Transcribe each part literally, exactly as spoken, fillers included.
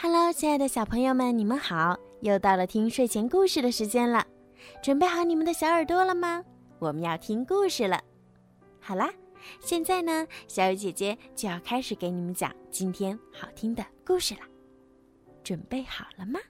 Hello， 亲爱的小朋友们，你们好！又到了听睡前故事的时间了，准备好你们的小耳朵了吗？我们要听故事了。好啦，现在呢，小雨姐姐就要开始给你们讲今天好听的故事了，准备好了吗？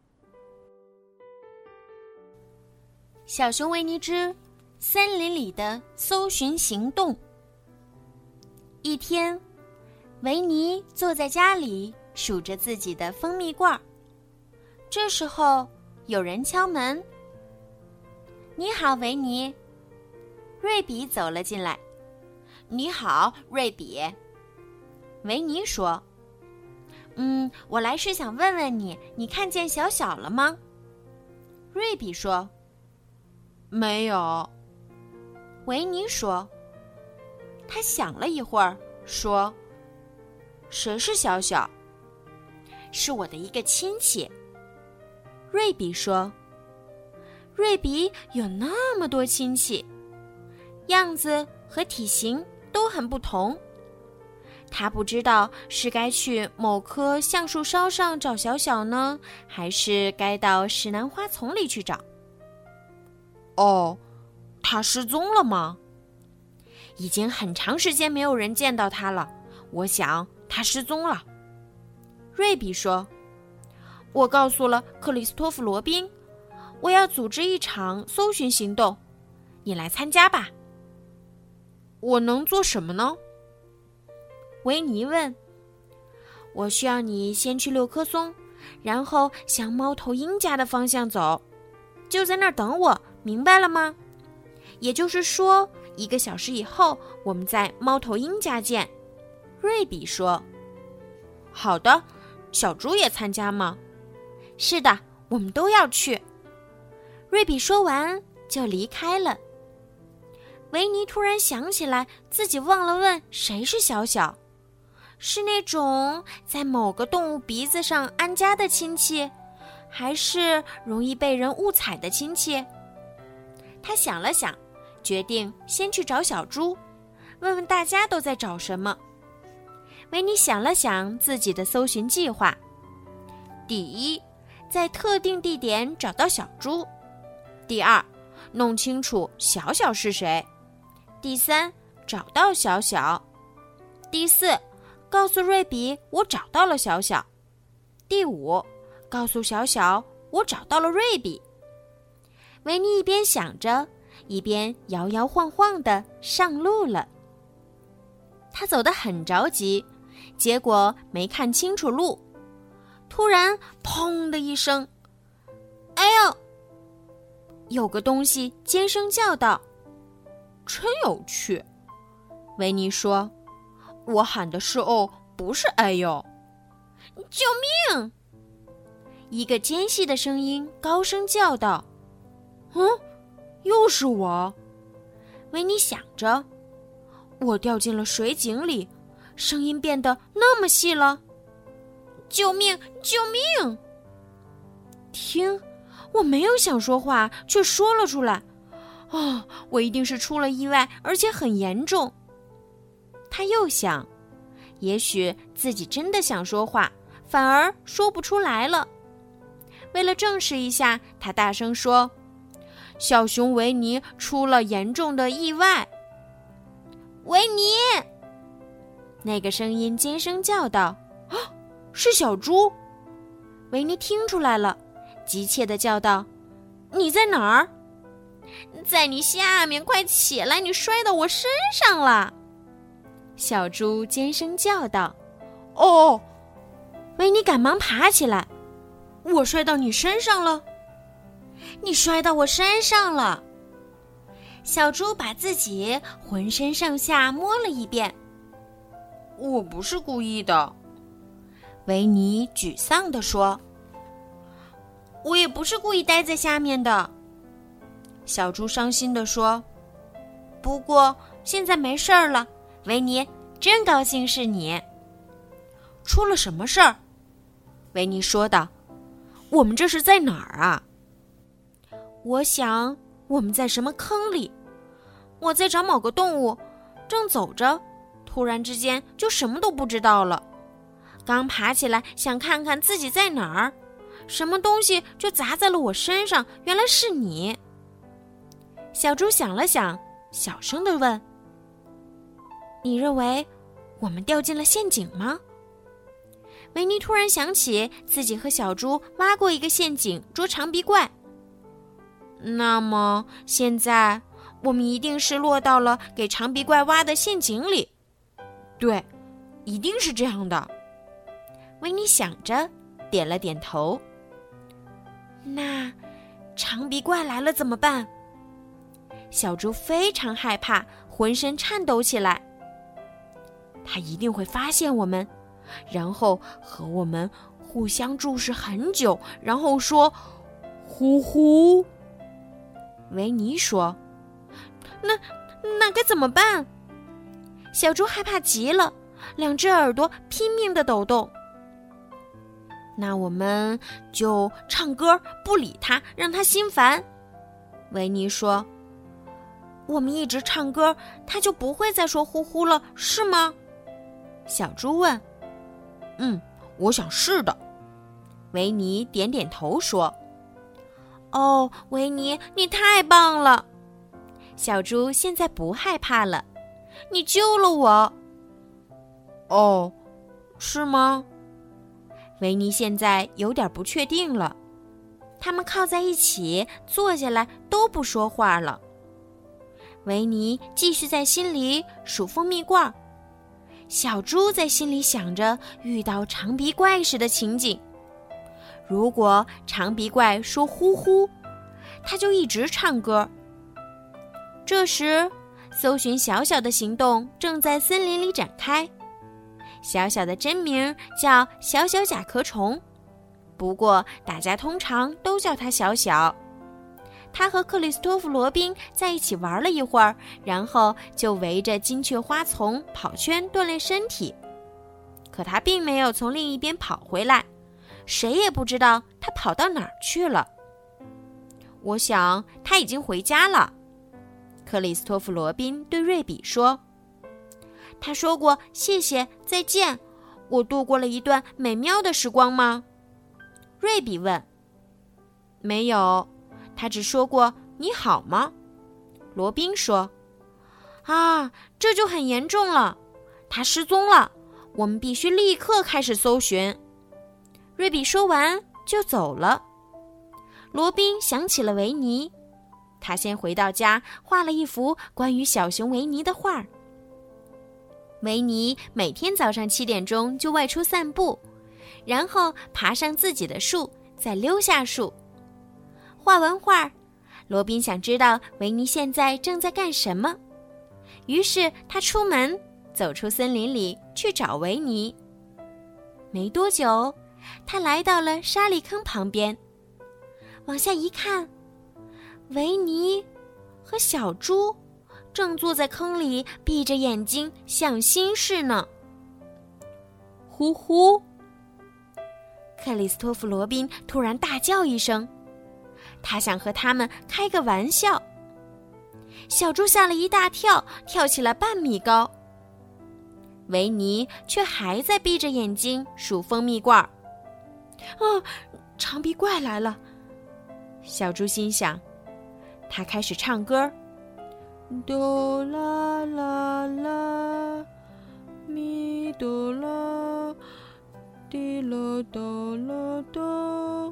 小熊维尼之森林里的搜寻行动。一天，维尼坐在家里数着自己的蜂蜜罐，这时候有人敲门。你好，维尼。瑞比走了进来。 你好，瑞比。 维尼说，嗯，我来是想问问你，你看见小小了吗？瑞比说， 没有。 维尼说，他想了一会儿，说，谁是小小？是我的一个亲戚。瑞比说，瑞比有那么多亲戚，样子和体型都很不同。他不知道是该去某棵橡树梢上找小小呢，还是该到石楠花丛里去找。 哦，他失踪了吗？ 已经很长时间没有人见到他了，我想他失踪了。瑞比说，我告诉了克里斯托弗·罗宾，我要组织一场搜寻行动，你来参加吧。 我能做什么呢？ 维尼问。我需要你先去六棵松，然后向猫头鹰家的方向走，就在那儿等我，明白了吗？也就是说，一个小时以后我们在猫头鹰家见。瑞比说。 好的。小猪也参加吗？ 是的，我们都要去。瑞比说完就离开了。维尼突然想起来自己忘了问谁是小小，是那种在某个动物鼻子上安家的亲戚，还是容易被人误踩的亲戚？他想了想，决定先去找小猪，问问大家都在找什么。维尼想了想自己的搜寻计划：第一，在特定地点找到小猪；第二，弄清楚小小是谁；第三，找到小小；第四，告诉瑞比我找到了小小；第五，告诉小小我找到了瑞比。维尼一边想着，一边摇摇晃晃地上路了。他走得很着急，结果没看清楚路，突然砰的一声，哎呦！有个东西尖声叫道。 真有趣， 维尼说， 我喊的是哦，不是哎呦。 救命！一个尖细的声音高声叫道。 嗯，又是我。 维尼想着，我掉进了水井里，声音变得那么细了。救命！救命！听，我没有想说话，却说了出来。哦，我一定是出了意外，而且很严重。他又想，也许自己真的想说话，反而说不出来了。为了证实一下，他大声说，小熊维尼出了严重的意外。维尼！那个声音尖声叫道。啊，是小猪！维尼听出来了，急切地叫道，你在哪儿？在你下面，快起来，你摔到我身上了！小猪尖声叫道。 哦！ 维尼赶忙爬起来。 我摔到你身上了？ 你摔到我身上了。小猪把自己浑身上下摸了一遍。 我不是故意的。 维尼沮丧地说。我也不是故意待在下面的。小猪伤心地说。不过现在没事儿了，维尼，真高兴是你。 出了什么事儿？ 维尼说道。 我们这是在哪儿啊？ 我想我们在什么坑里。我在找某个动物，正走着，突然之间就什么都不知道了。 刚爬起来想看看自己在哪儿，什么东西就砸在了我身上，原来是你。小猪想了想，小声地问：你认为我们掉进了陷阱吗？维尼突然想起自己和小猪挖过一个陷阱捉长鼻怪。那么现在我们一定是落到了给长鼻怪挖的陷阱里。对，一定是这样的。维尼想着，点了点头。那长鼻怪来了怎么办？小猪非常害怕，浑身颤抖起来。他一定会发现我们，然后和我们互相注视很久，然后说呼呼。维尼说：那那该怎么办？小猪害怕极了，两只耳朵拼命地抖动。那我们就唱歌，不理他，让他心烦。维尼说：我们一直唱歌，他就不会再说呼呼了，是吗？小猪问。嗯，我想是的。维尼点点头说。哦，维尼，你太棒了！小猪现在不害怕了，你救了我。哦，是吗？维尼现在有点不确定了。他们靠在一起，坐下来都不说话了。维尼继续在心里数蜂蜜罐，小猪在心里想着遇到长鼻怪时的情景。如果长鼻怪说呼呼，他就一直唱歌。这时，搜寻小小的行动正在森林里展开。小小的真名叫小小甲壳虫，不过大家通常都叫它小小。他和克里斯托弗·罗宾在一起玩了一会儿，然后就围着金雀花丛跑圈锻炼身体。可他并没有从另一边跑回来，谁也不知道他跑到哪儿去了。我想他已经回家了，克里斯托弗·罗宾对瑞比说。他说过谢谢再见，我度过了一段美妙的时光吗？瑞比问。没有，他只说过你好吗？罗宾说。啊，这就很严重了，他失踪了，我们必须立刻开始搜寻。瑞比说完就走了。罗宾想起了维尼，他先回到家画了一幅关于小熊维尼的画。维尼每天早上七点钟就外出散步，然后爬上自己的树，再溜下树。画完画，罗宾想知道维尼现在正在干什么，于是他出门，走出森林里去找维尼。没多久，他来到了沙砾坑旁边，往下一看，维尼和小猪正坐在坑里闭着眼睛想心事呢。呼呼！克里斯托弗·罗宾突然大叫一声，他想和他们开个玩笑。小猪吓了一大跳，跳起来半米高。维尼却还在闭着眼睛数蜂蜜罐。啊，长鼻怪来了！小猪心想。他开始唱歌。哆啦啦啦，咪哆啦，滴啦哆啦哆。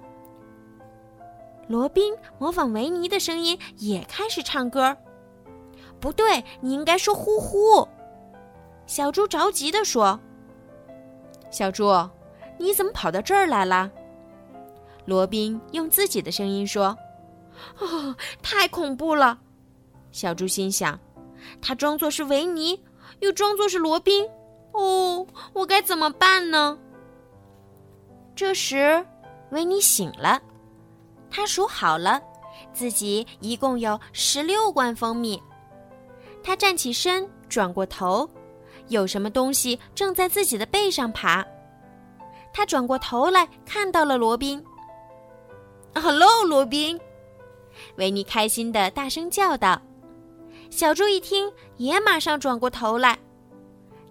罗宾模仿维尼的声音也开始唱歌。不对，你应该说呼呼。小猪着急地说。小猪，你怎么跑到这儿来了？罗宾用自己的声音说。哦，太恐怖了！小猪心想，他装作是维尼，又装作是罗宾。哦，我该怎么办呢？这时，维尼醒了，他数好了，自己一共有十六罐蜂蜜。他站起身，转过头，有什么东西正在自己的背上爬。他转过头来，看到了罗宾。“Hello， 罗宾！”维尼开心地大声叫道。小猪一听，也马上转过头来。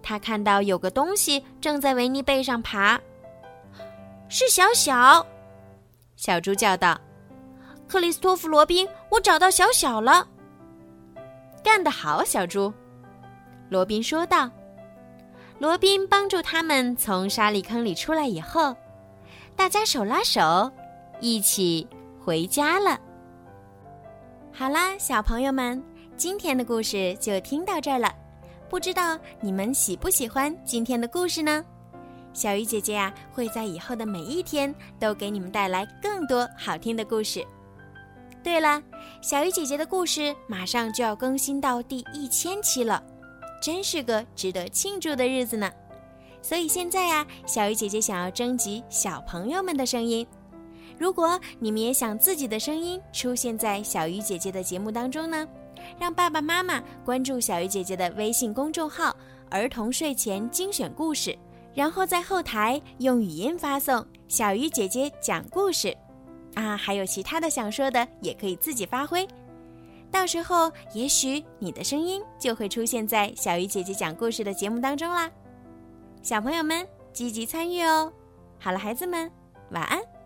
他看到有个东西正在维尼背上爬。是小小，小猪叫道。克里斯托弗·罗宾，我找到小小了。干得好，小猪，罗宾说道。罗宾帮助他们从沙砾坑里出来以后，大家手拉手一起回家了。好啦，小朋友们，今天的故事就听到这儿了。不知道你们喜不喜欢今天的故事呢？小鱼姐姐啊，会在以后的每一天都给你们带来更多好听的故事。对了，小鱼姐姐的故事马上就要更新到第一千期了，真是个值得庆祝的日子呢。所以现在啊，小鱼姐姐想要征集小朋友们的声音。如果你们也想自己的声音出现在小鱼姐姐的节目当中呢，让爸爸妈妈关注小鱼姐姐的微信公众号儿童睡前精选故事，然后在后台用语音发送小鱼姐姐讲故事啊，还有其他的想说的也可以自己发挥，到时候也许你的声音就会出现在小鱼姐姐讲故事的节目当中啦。小朋友们积极参与哦。好了，孩子们，晚安。